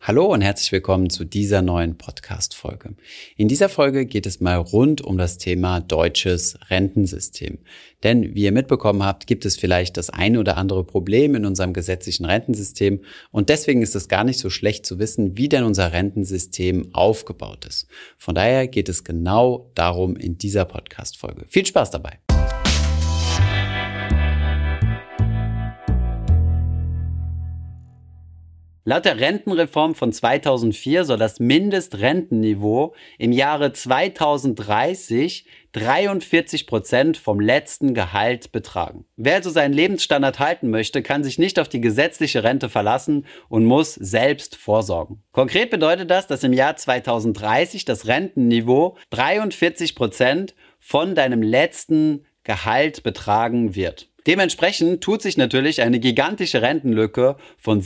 Hallo und herzlich willkommen zu dieser neuen Podcast-Folge. In dieser Folge geht es mal rund um das Thema deutsches Rentensystem. Denn wie ihr mitbekommen habt, gibt es vielleicht das ein oder andere Problem in unserem gesetzlichen Rentensystem und deswegen ist es gar nicht so schlecht zu wissen, wie denn unser Rentensystem aufgebaut ist. Von daher geht es genau darum in dieser Podcast-Folge. Viel Spaß dabei! Laut der Rentenreform von 2004 soll das Mindestrentenniveau im Jahre 2030 43% vom letzten Gehalt betragen. Wer also seinen Lebensstandard halten möchte, kann sich nicht auf die gesetzliche Rente verlassen und muss selbst vorsorgen. Konkret bedeutet das, dass im Jahr 2030 das Rentenniveau 43% von deinem letzten Gehalt betragen wird. Dementsprechend tut sich natürlich eine gigantische Rentenlücke von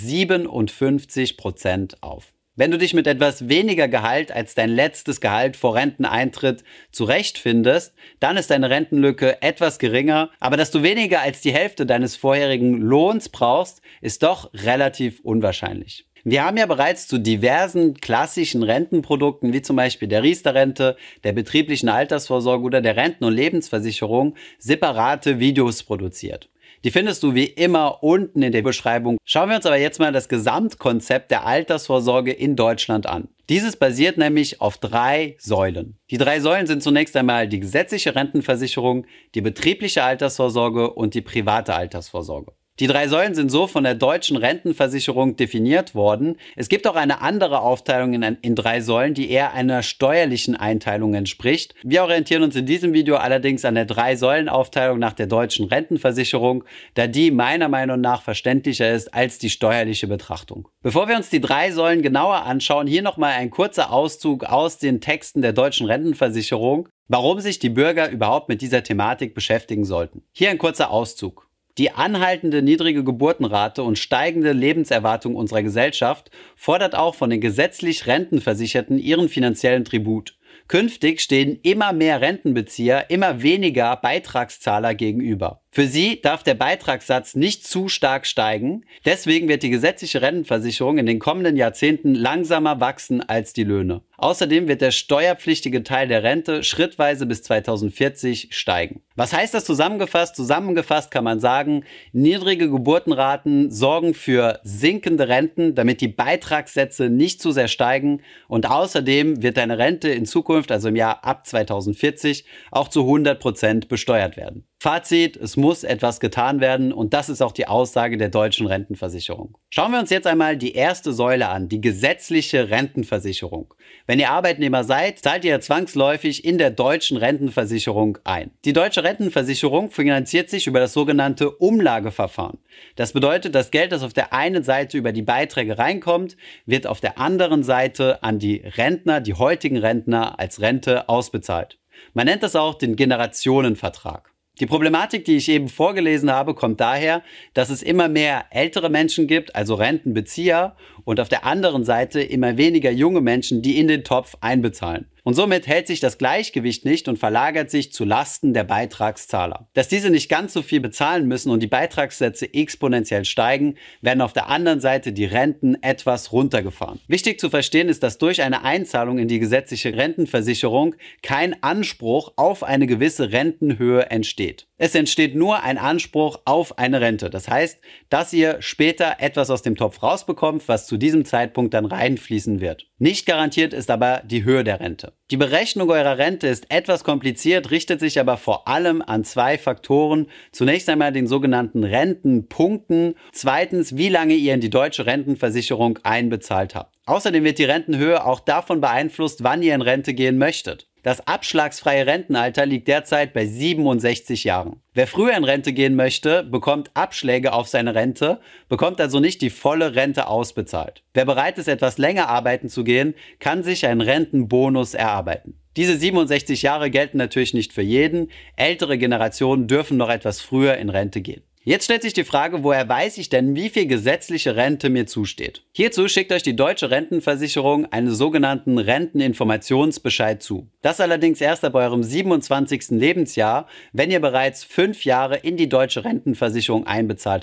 57% auf. Wenn du dich mit etwas weniger Gehalt als dein letztes Gehalt vor Renteneintritt zurechtfindest, dann ist deine Rentenlücke etwas geringer, aber dass du weniger als die Hälfte deines vorherigen Lohns brauchst, ist doch relativ unwahrscheinlich. Wir haben ja bereits zu diversen klassischen Rentenprodukten, wie zum Beispiel der Riester-Rente, der betrieblichen Altersvorsorge oder der Renten- und Lebensversicherung, separate Videos produziert. Die findest du wie immer unten in der Beschreibung. Schauen wir uns aber jetzt mal das Gesamtkonzept der Altersvorsorge in Deutschland an. Dieses basiert nämlich auf 3 Säulen. Die 3 Säulen sind zunächst einmal die gesetzliche Rentenversicherung, die betriebliche Altersvorsorge und die private Altersvorsorge. Die 3 Säulen sind so von der deutschen Rentenversicherung definiert worden. Es gibt auch eine andere Aufteilung in 3 Säulen, die eher einer steuerlichen Einteilung entspricht. Wir orientieren uns in diesem Video allerdings an der 3-Säulen-Aufteilung nach der deutschen Rentenversicherung, da die meiner Meinung nach verständlicher ist als die steuerliche Betrachtung. Bevor wir uns die 3 Säulen genauer anschauen, hier nochmal ein kurzer Auszug aus den Texten der deutschen Rentenversicherung, warum sich die Bürger überhaupt mit dieser Thematik beschäftigen sollten. Hier ein kurzer Auszug. Die anhaltende niedrige Geburtenrate und steigende Lebenserwartung unserer Gesellschaft fordert auch von den gesetzlich Rentenversicherten ihren finanziellen Tribut. Künftig stehen immer mehr Rentenbezieher immer weniger Beitragszahler gegenüber. Für sie darf der Beitragssatz nicht zu stark steigen. Deswegen wird die gesetzliche Rentenversicherung in den kommenden Jahrzehnten langsamer wachsen als die Löhne. Außerdem wird der steuerpflichtige Teil der Rente schrittweise bis 2040 steigen. Was heißt das zusammengefasst? Zusammengefasst kann man sagen, niedrige Geburtenraten sorgen für sinkende Renten, damit die Beitragssätze nicht zu sehr steigen. Und außerdem wird deine Rente in Zukunft, also im Jahr ab 2040, auch zu 100% besteuert werden. Fazit, es muss etwas getan werden und das ist auch die Aussage der deutschen Rentenversicherung. Schauen wir uns jetzt einmal die erste Säule an, die gesetzliche Rentenversicherung. Wenn ihr Arbeitnehmer seid, zahlt ihr zwangsläufig in der deutschen Rentenversicherung ein. Die deutsche Rentenversicherung finanziert sich über das sogenannte Umlageverfahren. Das bedeutet, das Geld, das auf der einen Seite über die Beiträge reinkommt, wird auf der anderen Seite an die Rentner, die heutigen Rentner, als Rente ausbezahlt. Man nennt das auch den Generationenvertrag. Die Problematik, die ich eben vorgelesen habe, kommt daher, dass es immer mehr ältere Menschen gibt, also Rentenbezieher, und auf der anderen Seite immer weniger junge Menschen, die in den Topf einbezahlen. Und somit hält sich das Gleichgewicht nicht und verlagert sich zu Lasten der Beitragszahler. Dass diese nicht ganz so viel bezahlen müssen und die Beitragssätze exponentiell steigen, werden auf der anderen Seite die Renten etwas runtergefahren. Wichtig zu verstehen ist, dass durch eine Einzahlung in die gesetzliche Rentenversicherung kein Anspruch auf eine gewisse Rentenhöhe entsteht. Es entsteht nur ein Anspruch auf eine Rente. Das heißt, dass ihr später etwas aus dem Topf rausbekommt, was zu diesem Zeitpunkt dann reinfließen wird. Nicht garantiert ist aber die Höhe der Rente. Die Berechnung eurer Rente ist etwas kompliziert, richtet sich aber vor allem an 2 Faktoren. Zunächst einmal den sogenannten Rentenpunkten. Zweitens, wie lange ihr in die deutsche Rentenversicherung einbezahlt habt. Außerdem wird die Rentenhöhe auch davon beeinflusst, wann ihr in Rente gehen möchtet. Das abschlagsfreie Rentenalter liegt derzeit bei 67 Jahren. Wer früher in Rente gehen möchte, bekommt Abschläge auf seine Rente, bekommt also nicht die volle Rente ausbezahlt. Wer bereit ist, etwas länger arbeiten zu gehen, kann sich einen Rentenbonus erarbeiten. Diese 67 Jahre gelten natürlich nicht für jeden. Ältere Generationen dürfen noch etwas früher in Rente gehen. Jetzt stellt sich die Frage, woher weiß ich denn, wie viel gesetzliche Rente mir zusteht? Hierzu schickt euch die deutsche Rentenversicherung einen sogenannten Renteninformationsbescheid zu. Das allerdings erst ab eurem 27. Lebensjahr, wenn ihr bereits 5 Jahre in die deutsche Rentenversicherung einbezahlt habt.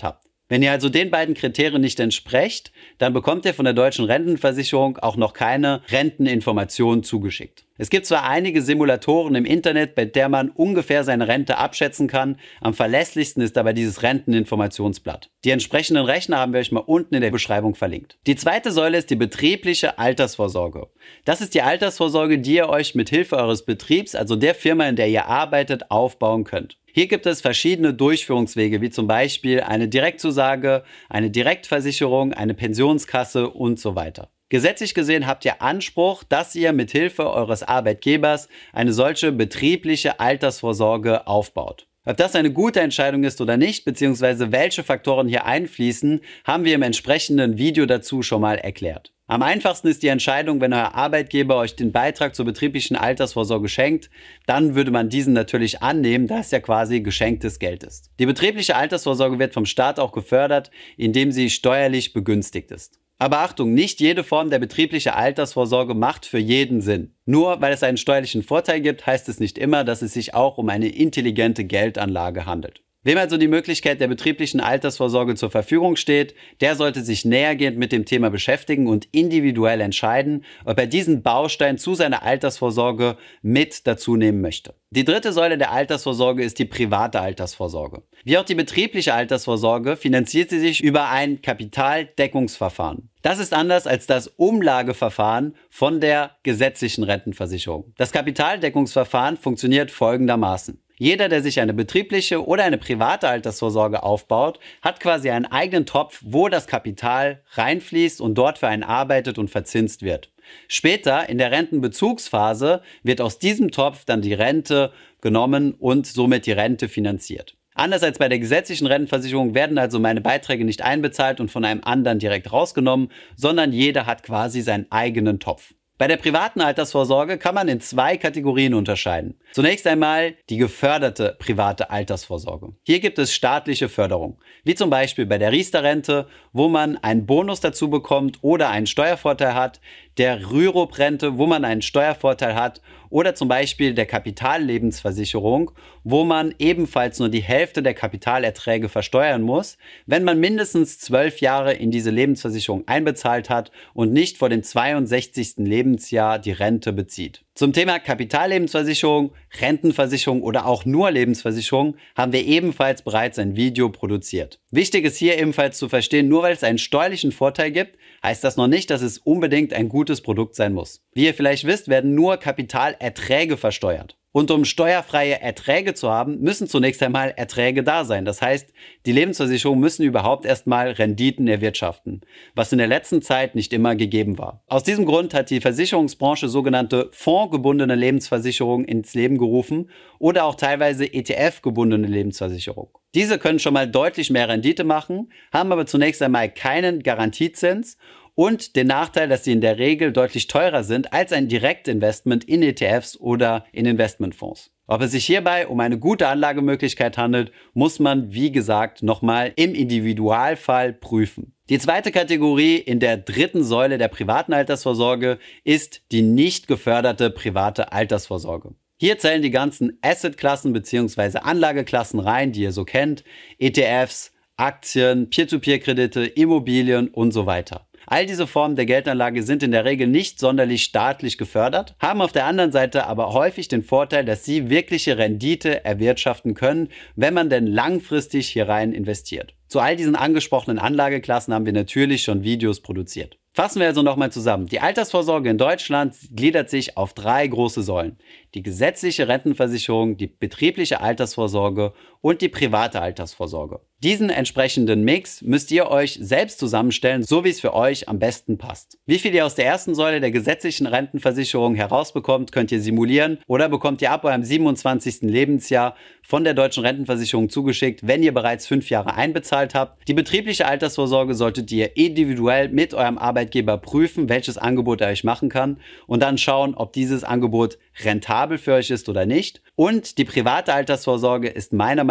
Wenn ihr also den beiden Kriterien nicht entsprecht, dann bekommt ihr von der deutschen Rentenversicherung auch noch keine Renteninformationen zugeschickt. Es gibt zwar einige Simulatoren im Internet, bei der man ungefähr seine Rente abschätzen kann, am verlässlichsten ist aber dieses Renteninformationsblatt. Die entsprechenden Rechner haben wir euch mal unten in der Beschreibung verlinkt. Die zweite Säule ist die betriebliche Altersvorsorge. Das ist die Altersvorsorge, die ihr euch mit Hilfe eures Betriebs, also der Firma, in der ihr arbeitet, aufbauen könnt. Hier gibt es verschiedene Durchführungswege, wie zum Beispiel eine Direktzusage, eine Direktversicherung, eine Pensionskasse und so weiter. Gesetzlich gesehen habt ihr Anspruch, dass ihr mit Hilfe eures Arbeitgebers eine solche betriebliche Altersvorsorge aufbaut. Ob das eine gute Entscheidung ist oder nicht, beziehungsweise welche Faktoren hier einfließen, haben wir im entsprechenden Video dazu schon mal erklärt. Am einfachsten ist die Entscheidung, wenn euer Arbeitgeber euch den Beitrag zur betrieblichen Altersvorsorge schenkt, dann würde man diesen natürlich annehmen, da es ja quasi geschenktes Geld ist. Die betriebliche Altersvorsorge wird vom Staat auch gefördert, indem sie steuerlich begünstigt ist. Aber Achtung, nicht jede Form der betrieblichen Altersvorsorge macht für jeden Sinn. Nur weil es einen steuerlichen Vorteil gibt, heißt es nicht immer, dass es sich auch um eine intelligente Geldanlage handelt. Wem also die Möglichkeit der betrieblichen Altersvorsorge zur Verfügung steht, der sollte sich nähergehend mit dem Thema beschäftigen und individuell entscheiden, ob er diesen Baustein zu seiner Altersvorsorge mit dazu nehmen möchte. Die dritte Säule der Altersvorsorge ist die private Altersvorsorge. Wie auch die betriebliche Altersvorsorge finanziert sie sich über ein Kapitaldeckungsverfahren. Das ist anders als das Umlageverfahren von der gesetzlichen Rentenversicherung. Das Kapitaldeckungsverfahren funktioniert folgendermaßen. Jeder, der sich eine betriebliche oder eine private Altersvorsorge aufbaut, hat quasi einen eigenen Topf, wo das Kapital reinfließt und dort für einen arbeitet und verzinst wird. Später, in der Rentenbezugsphase, wird aus diesem Topf dann die Rente genommen und somit die Rente finanziert. Anders als bei der gesetzlichen Rentenversicherung werden also meine Beiträge nicht einbezahlt und von einem anderen direkt rausgenommen, sondern jeder hat quasi seinen eigenen Topf. Bei der privaten Altersvorsorge kann man in zwei Kategorien unterscheiden. Zunächst einmal die geförderte private Altersvorsorge. Hier gibt es staatliche Förderung, wie zum Beispiel bei der Riester-Rente, wo man einen Bonus dazu bekommt oder einen Steuervorteil hat, der Rürup-Rente, wo man einen Steuervorteil hat, oder zum Beispiel der Kapitallebensversicherung, wo man ebenfalls nur die Hälfte der Kapitalerträge versteuern muss, wenn man mindestens 12 Jahre in diese Lebensversicherung einbezahlt hat und nicht vor dem 62. Lebensjahr die Rente bezieht. Zum Thema Kapitallebensversicherung, Rentenversicherung oder auch nur Lebensversicherung haben wir ebenfalls bereits ein Video produziert. Wichtig ist hier ebenfalls zu verstehen, nur weil es einen steuerlichen Vorteil gibt, heißt das noch nicht, dass es unbedingt ein gutes Produkt sein muss. Wie ihr vielleicht wisst, werden nur Kapitalerträge versteuert. Und um steuerfreie Erträge zu haben, müssen zunächst einmal Erträge da sein. Das heißt, die Lebensversicherungen müssen überhaupt erstmal Renditen erwirtschaften, was in der letzten Zeit nicht immer gegeben war. Aus diesem Grund hat die Versicherungsbranche sogenannte fondsgebundene Lebensversicherungen ins Leben gerufen oder auch teilweise ETF-gebundene Lebensversicherung. Diese können schon mal deutlich mehr Rendite machen, haben aber zunächst einmal keinen Garantiezins und den Nachteil, dass sie in der Regel deutlich teurer sind als ein Direktinvestment in ETFs oder in Investmentfonds. Ob es sich hierbei um eine gute Anlagemöglichkeit handelt, muss man, wie gesagt, nochmal im Individualfall prüfen. Die zweite Kategorie in der dritten Säule der privaten Altersvorsorge ist die nicht geförderte private Altersvorsorge. Hier zählen die ganzen Assetklassen bzw. Anlageklassen rein, die ihr so kennt, ETFs, Aktien, Peer-to-Peer-Kredite, Immobilien und so weiter. All diese Formen der Geldanlage sind in der Regel nicht sonderlich staatlich gefördert, haben auf der anderen Seite aber häufig den Vorteil, dass sie wirkliche Rendite erwirtschaften können, wenn man denn langfristig hier rein investiert. Zu all diesen angesprochenen Anlageklassen haben wir natürlich schon Videos produziert. Fassen wir also nochmal zusammen. Die Altersvorsorge in Deutschland gliedert sich auf 3 große Säulen. Die gesetzliche Rentenversicherung, die betriebliche Altersvorsorge und die private Altersvorsorge. Diesen entsprechenden Mix müsst ihr euch selbst zusammenstellen, so wie es für euch am besten passt. Wie viel ihr aus der ersten Säule der gesetzlichen Rentenversicherung herausbekommt, könnt ihr simulieren oder bekommt ihr ab eurem 27. Lebensjahr von der deutschen Rentenversicherung zugeschickt, wenn ihr bereits 5 Jahre einbezahlt habt. Die betriebliche Altersvorsorge solltet ihr individuell mit eurem Arbeitgeber prüfen, welches Angebot er euch machen kann und dann schauen, ob dieses Angebot rentabel für euch ist oder nicht. Und die private Altersvorsorge ist meiner Meinung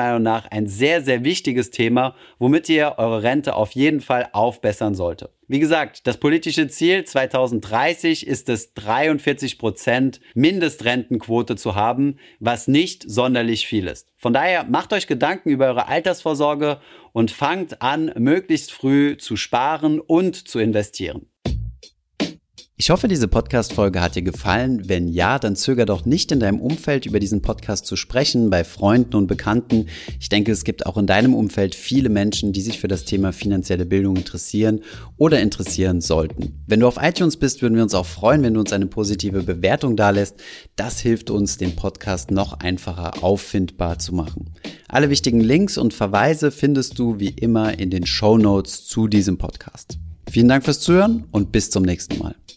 Meinung nach ein sehr, sehr wichtiges Thema, womit ihr eure Rente auf jeden Fall aufbessern sollte. Wie gesagt, das politische Ziel 2030 ist es, 43% Mindestrentenquote zu haben, was nicht sonderlich viel ist. Von daher macht euch Gedanken über eure Altersvorsorge und fangt an, möglichst früh zu sparen und zu investieren. Ich hoffe, diese Podcast-Folge hat dir gefallen. Wenn ja, dann zöger doch nicht in deinem Umfeld über diesen Podcast zu sprechen, bei Freunden und Bekannten. Ich denke, es gibt auch in deinem Umfeld viele Menschen, die sich für das Thema finanzielle Bildung interessieren oder interessieren sollten. Wenn du auf iTunes bist, würden wir uns auch freuen, wenn du uns eine positive Bewertung dalässt. Das hilft uns, den Podcast noch einfacher auffindbar zu machen. Alle wichtigen Links und Verweise findest du wie immer in den Shownotes zu diesem Podcast. Vielen Dank fürs Zuhören und bis zum nächsten Mal.